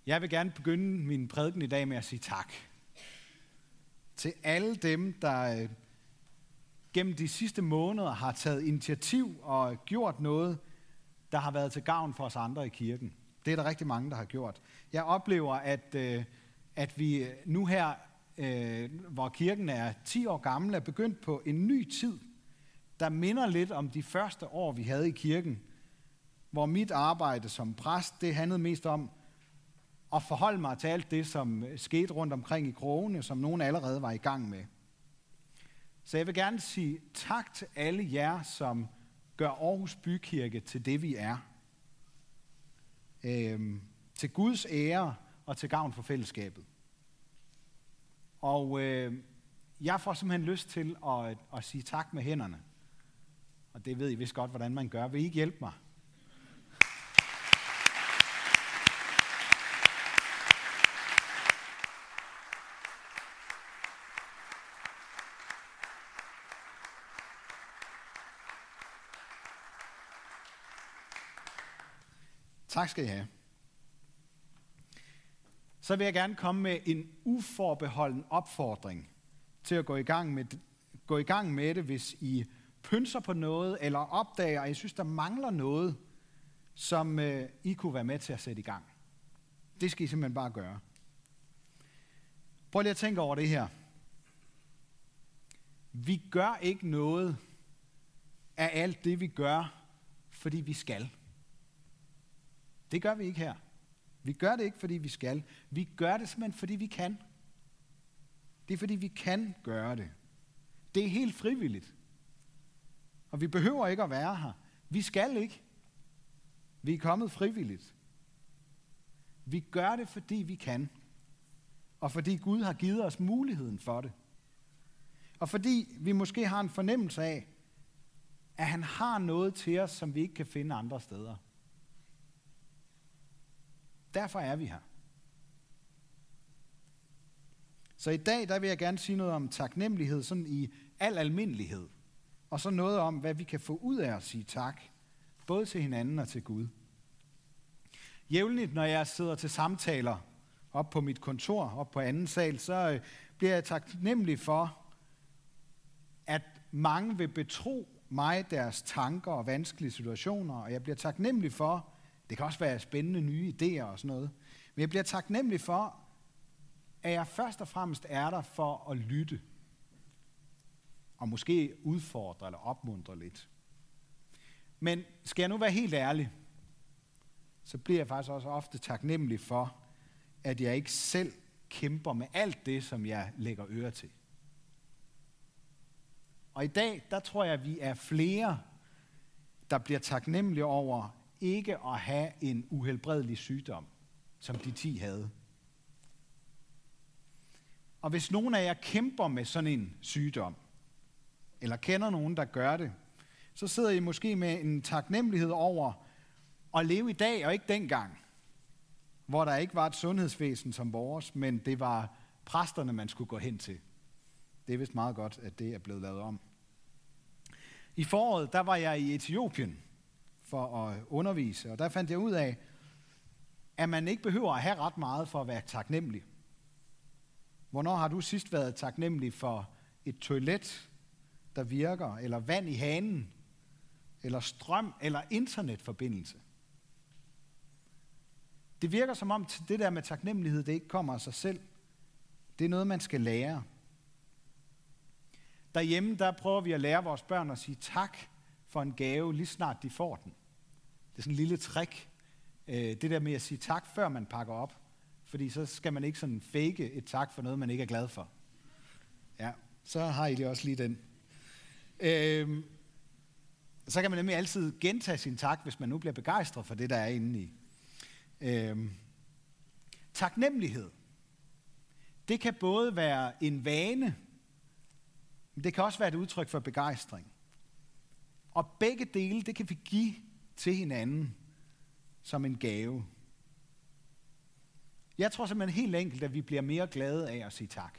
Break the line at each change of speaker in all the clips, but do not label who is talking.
Jeg vil gerne begynde min prædiken i dag med at sige tak. Til alle dem, der gennem de sidste måneder har taget initiativ og gjort noget, der har været til gavn for os andre i kirken. Det er der rigtig mange, der har gjort. Jeg oplever, at vi nu her, hvor kirken er 10 år gammel, er begyndt på en ny tid, der minder lidt om de første år, vi havde i kirken, hvor mit arbejde som præst, det handlede mest om at forholde mig til alt det, som skete rundt omkring i krogene, som nogen allerede var i gang med. Så jeg vil gerne sige tak til alle jer, som gør Aarhus Bykirke til det, vi er. Til Guds ære og til gavn for fællesskabet. Og jeg får simpelthen lyst til at sige tak med hænderne. Og det ved I vist godt, hvordan man gør. Vil I ikke hjælpe mig? Tak skal I have. Så vil jeg gerne komme med en uforbeholden opfordring til at gå i gang med det, hvis I pynser på noget, eller opdager, at I synes, der mangler noget, som I kunne være med til at sætte i gang. Det skal I simpelthen bare gøre. Prøv lige at tænke over det her. Vi gør ikke noget af alt det, vi gør, fordi vi skal. Det gør vi ikke her. Vi gør det ikke, fordi vi skal. Vi gør det simpelthen, fordi vi kan. Det er, fordi vi kan gøre det. Det er helt frivilligt. Og vi behøver ikke at være her. Vi skal ikke. Vi er kommet frivilligt. Vi gør det, fordi vi kan. Og fordi Gud har givet os muligheden for det. Og fordi vi måske har en fornemmelse af, at han har noget til os, som vi ikke kan finde andre steder. Derfor er vi her. Så i dag, der vil jeg gerne sige noget om taknemmelighed, sådan i al almindelighed. Og så noget om, hvad vi kan få ud af at sige tak, både til hinanden og til Gud. Jævnligt, når jeg sidder til samtaler op på mit kontor, op på anden sal, så bliver jeg taknemmelig for, at mange vil betro mig deres tanker og vanskelige situationer, og jeg bliver taknemmelig for, det kan også være spændende nye idéer og sådan noget, men jeg bliver taknemmelig for, at jeg først og fremmest er der for at lytte, og måske udfordre eller opmuntre lidt. Men skal jeg nu være helt ærlig, så bliver jeg faktisk også ofte taknemmelig for, at jeg ikke selv kæmper med alt det, som jeg lægger øre til. Og i dag, der tror jeg, at vi er flere, der bliver taknemmelige over ikke at have en uhelbredelig sygdom, som de 10 havde. Og hvis nogen af jer kæmper med sådan en sygdom, eller kender nogen, der gør det, så sidder I måske med en taknemmelighed over at leve i dag og ikke dengang, hvor der ikke var et sundhedsvæsen som vores, men det var præsterne, man skulle gå hen til. Det er vist meget godt, at det er blevet lavet om. I foråret, der var jeg i Etiopien for at undervise, og der fandt jeg ud af, at man ikke behøver at have ret meget for at være taknemmelig. Hvornår har du sidst været taknemmelig for et toilet, der virker, eller vand i hanen, eller strøm, eller internetforbindelse? Det virker som om det der med taknemmelighed, det ikke kommer af sig selv. Det er noget, man skal lære. Derhjemme, der prøver vi at lære vores børn at sige tak for en gave, lige snart de får den. Det er sådan en lille trick. Det der med at sige tak, før man pakker op. Fordi så skal man ikke sådan fake et tak for noget, man ikke er glad for. Ja, så har I det også lige den. Så kan man nemlig altid gentage sin tak, hvis man nu bliver begejstret for det, der er inde i. Taknemmelighed. Det kan både være en vane, men det kan også være et udtryk for begejstring. Og begge dele, det kan vi give til hinanden som en gave. Jeg tror simpelthen helt enkelt, at vi bliver mere glade af at sige tak.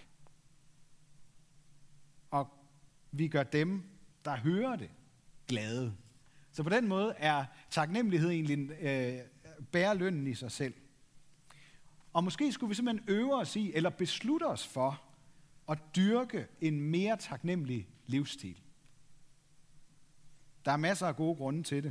Og vi gør dem, der hører det, glade. Så på den måde er taknemmelighed egentlig bærer lønnen i sig selv. Og måske skulle vi simpelthen øve os i, eller beslutte os for, at dyrke en mere taknemmelig livsstil. Der er masser af gode grunde til det.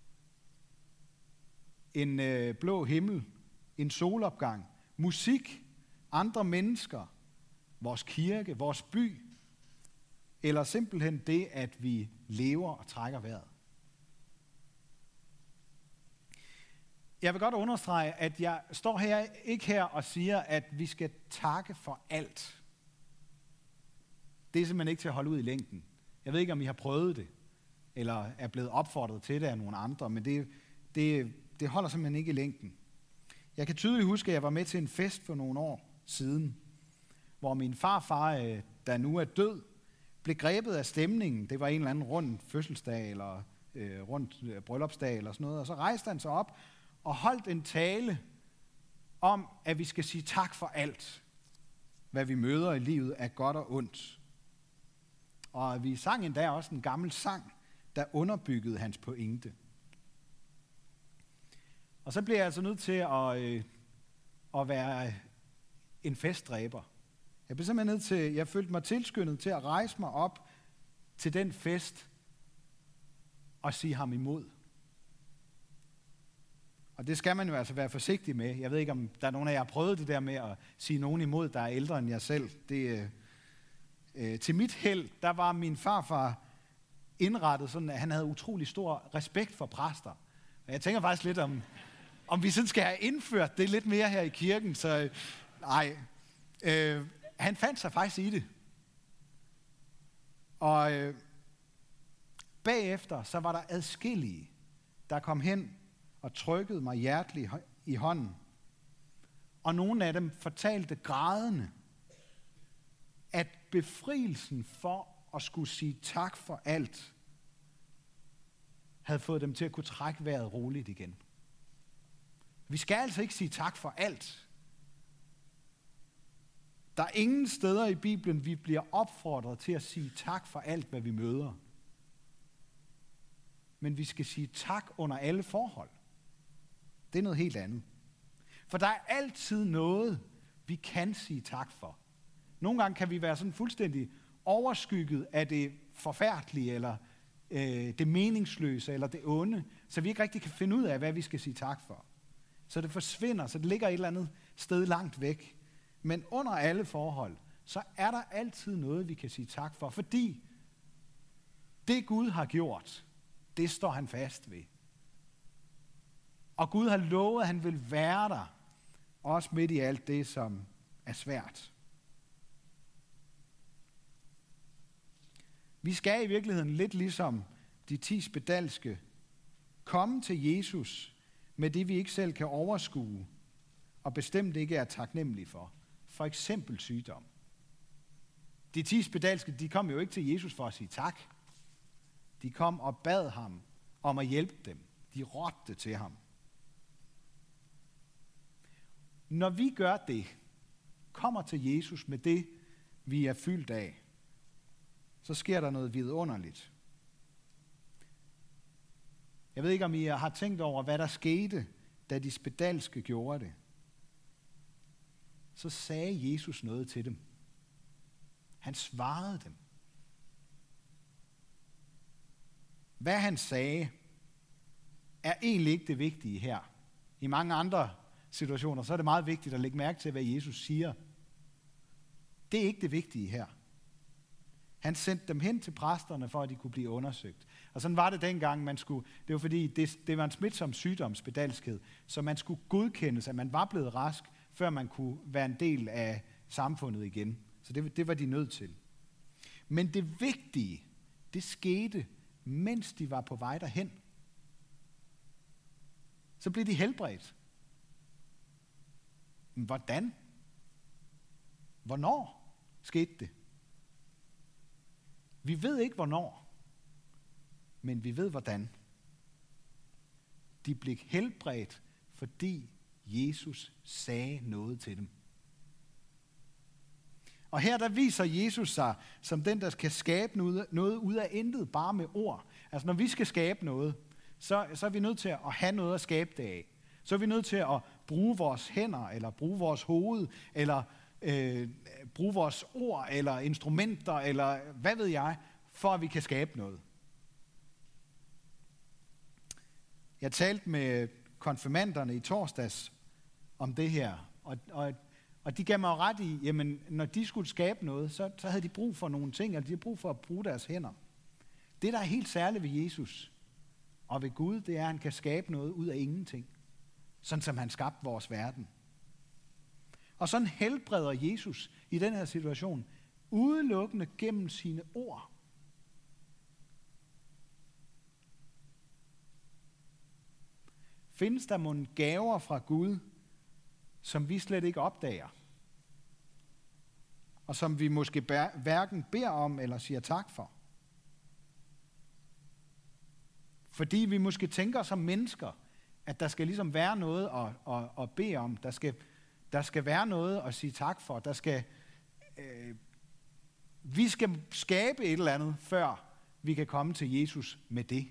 En blå himmel, en solopgang, musik, andre mennesker, vores kirke, vores by, eller simpelthen det, at vi lever og trækker vejret. Jeg vil godt understrege, at jeg står ikke her og siger, at vi skal takke for alt. Det er simpelthen ikke til at holde ud i længden. Jeg ved ikke, om I har prøvet det, eller er blevet opfordret til det af nogle andre, men det holder simpelthen ikke i længden. Jeg kan tydeligt huske, at jeg var med til en fest for nogle år siden, hvor min farfar, der nu er død, blev grebet af stemningen. Det var en eller anden rund fødselsdag, eller rundt bryllupsdag, eller sådan noget. Og så rejste han sig op og holdt en tale om, at vi skal sige tak for alt, hvad vi møder i livet af godt og ondt. Og vi sang endda også en gammel sang, der underbyggede hans pointe. Og så blev jeg altså nødt til at være en festdræber. Jeg blev simpelthen nødt til, jeg følte mig tilskyndet til at rejse mig op til den fest og sige ham imod. Og det skal man jo altså være forsigtig med. Jeg ved ikke, om der er nogen af jer, der har prøvet det der med at sige nogen imod, der er ældre end jeg selv. Til mit held, der var min farfar indrettet sådan, at han havde utrolig stor respekt for præster. Og jeg tænker faktisk lidt om vi sådan skal have indført det lidt mere her i kirken, så nej. Han fandt sig faktisk i det. Og bagefter, så var der adskillige, der kom hen og trykkede mig hjerteligt i hånden. Og nogle af dem fortalte grædende, at befrielsen for at skulle sige tak for alt, havde fået dem til at kunne trække vejret roligt igen. Vi skal altså ikke sige tak for alt. Der er ingen steder i Bibelen, vi bliver opfordret til at sige tak for alt, hvad vi møder. Men vi skal sige tak under alle forhold. Det er noget helt andet. For der er altid noget, vi kan sige tak for. Nogle gange kan vi være sådan fuldstændig overskygget af det forfærdelige, eller det meningsløse, eller det onde, så vi ikke rigtig kan finde ud af, hvad vi skal sige tak for. Så det forsvinder, så det ligger et eller andet sted langt væk. Men under alle forhold, så er der altid noget, vi kan sige tak for, fordi det Gud har gjort, det står han fast ved. Og Gud har lovet, at han vil være der, også midt i alt det, som er svært. Vi skal i virkeligheden lidt ligesom de 10 spedalske komme til Jesus med det, vi ikke selv kan overskue, og bestemt ikke er taknemmelige for. For eksempel sygdom. De 10 spedalske, de kom jo ikke til Jesus for at sige tak. De kom og bad ham om at hjælpe dem. De råbte til ham. Når vi gør det, kommer til Jesus med det, vi er fyldt af, så sker der noget vidunderligt. Jeg ved ikke, om I har tænkt over, hvad der skete, da de spedalske gjorde det. Så sagde Jesus noget til dem. Han svarede dem. Hvad han sagde, er egentlig ikke det vigtige her. I mange andre situationer, så er det meget vigtigt at lægge mærke til, hvad Jesus siger. Det er ikke det vigtige her. Han sendte dem hen til præsterne, for at de kunne blive undersøgt. Og sådan var det dengang, det var fordi, det var en smitsom sygdom, spedalskhed, så man skulle godkendes, at man var blevet rask, før man kunne være en del af samfundet igen. Så det var de nødt til. Men det vigtige, det skete, mens de var på vej derhen. Så blev de helbredt. Men hvordan? Hvornår skete det? Vi ved ikke hvornår, men vi ved hvordan. De blev helbredt, fordi Jesus sagde noget til dem. Og her der viser Jesus sig som den, der kan skabe noget ud af intet, bare med ord. Altså når vi skal skabe noget, så er vi nødt til at have noget at skabe det af. Så er vi nødt til at bruge vores hænder, eller bruge vores hoved, eller bruge vores ord, eller instrumenter, eller hvad ved jeg, for at vi kan skabe noget. Jeg talte med konfirmanderne i torsdags om det her, og de gav mig ret i, jamen når de skulle skabe noget, så havde de brug for nogle ting, eller de havde brug for at bruge deres hænder. Det, der er helt særligt ved Jesus og ved Gud, det er, at han kan skabe noget ud af ingenting. Sådan som han skabte vores verden. Og sådan helbreder Jesus i den her situation udelukkende gennem sine ord. Findes der nogle gaver fra Gud, som vi slet ikke opdager? Og som vi måske hverken beder om eller siger tak for? Fordi vi måske tænker som mennesker, at der skal ligesom være noget at bede om. Der skal være noget at sige tak for. Vi skal skabe et eller andet, før vi kan komme til Jesus med det.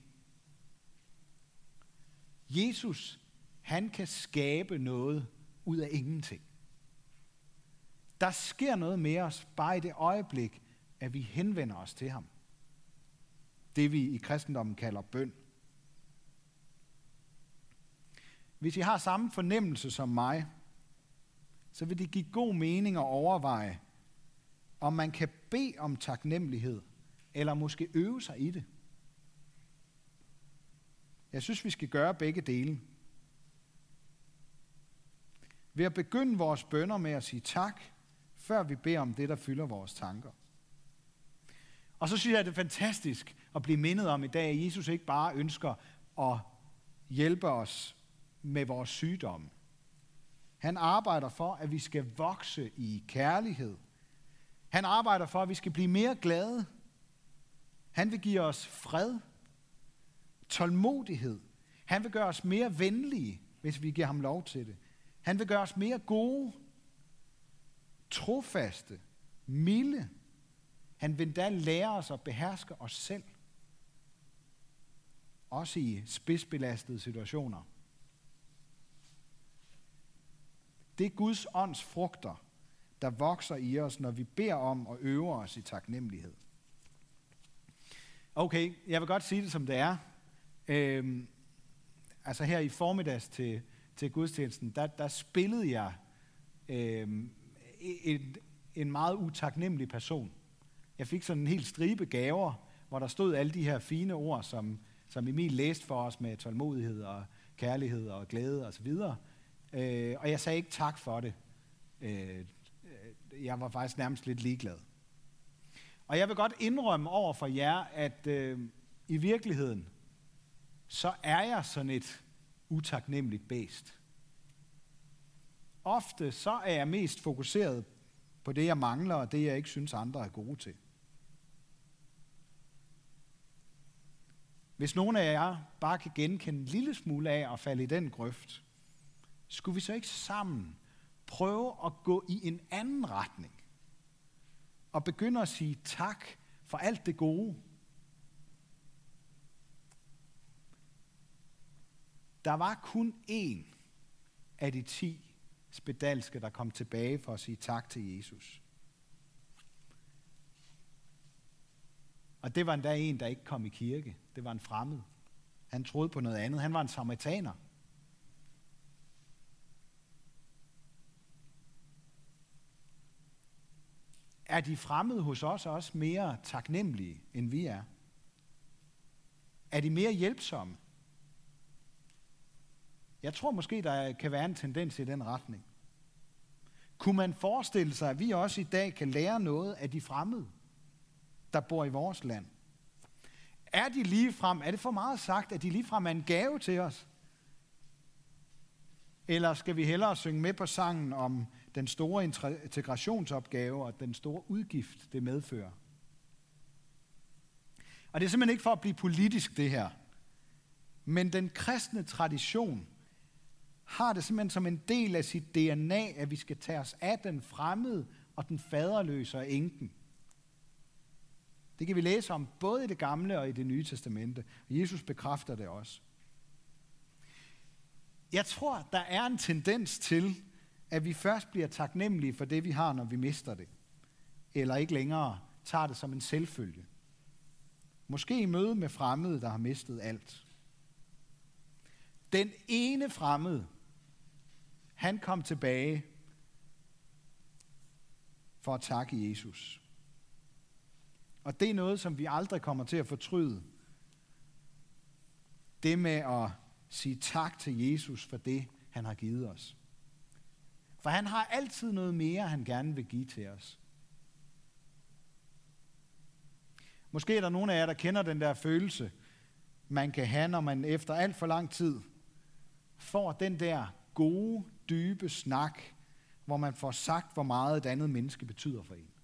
Jesus, han kan skabe noget ud af ingenting. Der sker noget med os bare i det øjeblik, at vi henvender os til ham. Det vi i kristendommen kalder bøn. Hvis I har samme fornemmelse som mig, så vil det give god mening at overveje, om man kan bede om taknemmelighed, eller måske øve sig i det. Jeg synes, vi skal gøre begge dele. Ved at begynde vores bønner med at sige tak, før vi beder om det, der fylder vores tanker. Og så synes jeg, det er fantastisk at blive mindet om i dag, at Jesus ikke bare ønsker at hjælpe os med vores sygdomme. Han arbejder for, at vi skal vokse i kærlighed. Han arbejder for, at vi skal blive mere glade. Han vil give os fred, tålmodighed. Han vil gøre os mere venlige, hvis vi giver ham lov til det. Han vil gøre os mere gode, trofaste, milde. Han vil da lære os at beherske os selv. Også i spidsbelastede situationer. Det er Guds ånds frugter, der vokser i os, når vi beder om og øver os i taknemmelighed. Okay, jeg vil godt sige det, som det er. Altså her i formiddags til gudstjenesten, der spillede jeg en meget utaknemmelig person. Jeg fik sådan en helt stribe gaver, hvor der stod alle de her fine ord, som Emil læste for os med tålmodighed og kærlighed og glæde osv. Og jeg sagde ikke tak for det. Jeg var faktisk nærmest lidt ligeglad. Og jeg vil godt indrømme over for jer, at i virkeligheden, så er jeg sådan et utaknemmeligt bæst. Ofte så er jeg mest fokuseret på det, jeg mangler, og det, jeg ikke synes, andre er gode til. Hvis nogen af jer bare kan genkende en lille smule af at falde i den grøft, skulle vi så ikke sammen prøve at gå i en anden retning og begynde at sige tak for alt det gode? Der var kun én af de 10 spedalske, der kom tilbage for at sige tak til Jesus. Og det var endda en, der ikke kom i kirke. Det var en fremmed. Han troede på noget andet. Han var en samaritaner. Er de fremmede hos os også mere taknemmelige, end vi er? Er de mere hjælpsomme? Jeg tror måske, der kan være en tendens i den retning. Kunne man forestille sig, at vi også i dag kan lære noget af de fremmede, der bor i vores land? Er det for meget sagt, at de ligefrem er en gave til os? Eller skal vi hellere synge med på sangen om den store integrationsopgave og den store udgift, det medfører? Og det er simpelthen ikke for at blive politisk, det her. Men den kristne tradition har det simpelthen som en del af sit DNA, at vi skal tage os af den fremmede og den faderløse og enken. Det kan vi læse om både i det gamle og i det nye testamente. Og Jesus bekræfter det også. Jeg tror, der er en tendens til, at vi først bliver taknemmelige for det, vi har, når vi mister det. Eller ikke længere tager det som en selvfølge. Måske i møde med fremmede, der har mistet alt. Den ene fremmede, han kom tilbage for at takke Jesus. Og det er noget, som vi aldrig kommer til at fortryde. Det med at sige tak til Jesus for det, han har givet os. For han har altid noget mere, han gerne vil give til os. Måske er der nogen af jer, der kender den der følelse, man kan have, når man efter alt for lang tid får den der gode, dybe snak, hvor man får sagt, hvor meget et andet menneske betyder for en.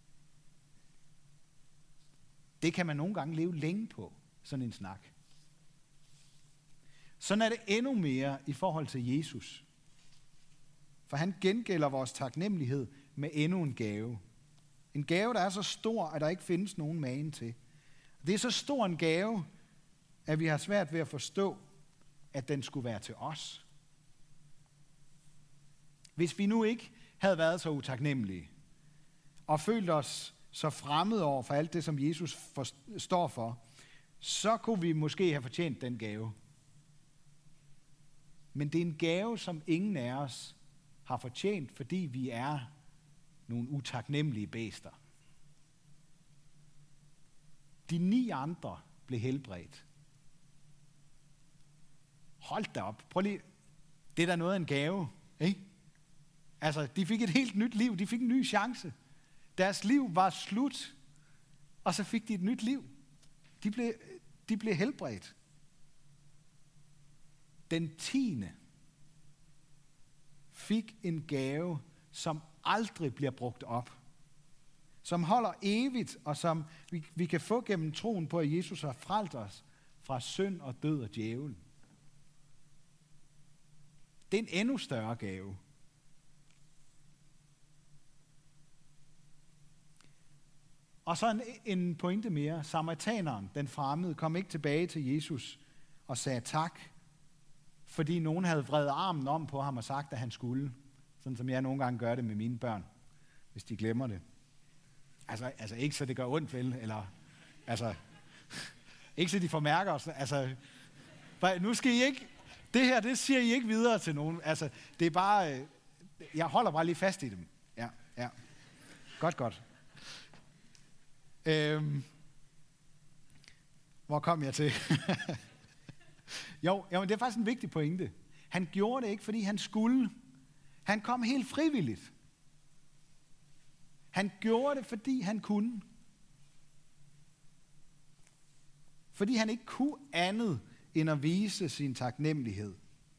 Det kan man nogle gange leve længe på, sådan en snak. Sådan er det endnu mere i forhold til Jesus. For han gengælder vores taknemmelighed med endnu en gave. En gave, der er så stor, at der ikke findes nogen magen til. Det er så stor en gave, at vi har svært ved at forstå, at den skulle være til os. Hvis vi nu ikke havde været så utaknemmelige, og følt os så fremmede over for alt det, som Jesus står for, så kunne vi måske have fortjent den gave. Men det er en gave, som ingen af os har fortjent, fordi vi er nogle utaknemmelige bæster. De 9 andre blev helbredt. Hold da op. Prøv lige. Det er da noget af en gave, ikke? Altså, de fik et helt nyt liv. De fik en ny chance. Deres liv var slut, og så fik de et nyt liv. De blev helbredt. Den 10. fik en gave, som aldrig bliver brugt op. Som holder evigt, og som vi kan få gennem troen på, at Jesus har frelst os fra synd og død og djævel. Det er en endnu større gave. Og så en pointe mere. Samaritaneren, den fremmede, kom ikke tilbage til Jesus og sagde tak, fordi nogen havde vredet armen om på ham og sagt, at han skulle. Sådan som jeg nogle gange gør det med mine børn, hvis de glemmer det. Altså ikke så det gør ondt, vel? Eller, ikke så de får mærker os. Nu skal I ikke... Det her, det siger I ikke videre til nogen. Det er bare... jeg holder bare lige fast i dem. Ja. Godt. Hvor kom jeg til? Jo, men det er faktisk en vigtig pointe. Han gjorde det ikke, fordi han skulle. Han kom helt frivilligt. Han gjorde det, fordi han kunne. Fordi han ikke kunne andet end at vise sin taknemmelighed.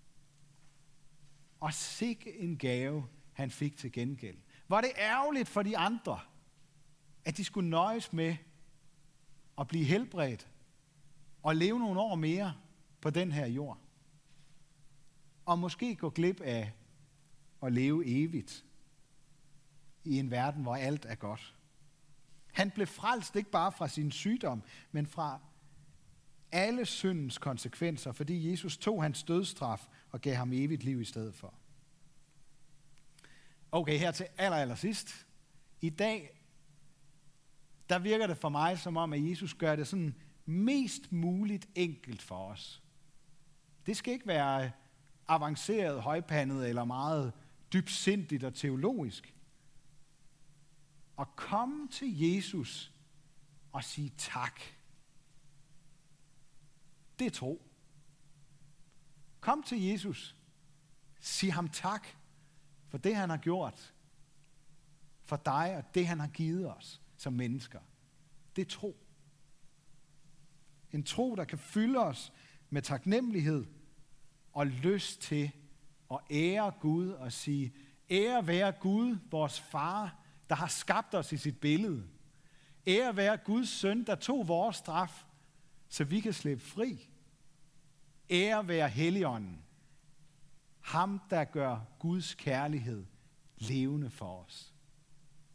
Og sikke en gave, han fik til gengæld. Var det ærgerligt for de andre, at de skulle nøjes med at blive helbredt og leve nogle år mere på den her jord. Og måske gå glip af at leve evigt i en verden, hvor alt er godt. Han blev frelst ikke bare fra sin sygdom, men fra alle syndens konsekvenser, fordi Jesus tog hans dødsstraf og gav ham evigt liv i stedet for. Okay, her til allersidst. I dag, der virker det for mig som om, at Jesus gør det sådan mest muligt enkelt for os. Det skal ikke være avanceret, højpandet eller meget dybsindigt og teologisk. At komme til Jesus og sige tak. Det er tro. Kom til Jesus. Sig ham tak for det, han har gjort for dig og det, han har givet os som mennesker. Det er tro. En tro, der kan fylde os med taknemmelighed og lyst til at ære Gud og sige, ære være Gud, vores far, der har skabt os i sit billede. Ære være Guds søn, der tog vores straf, så vi kan slippe fri. Ære være Helligånden, ham der gør Guds kærlighed levende for os.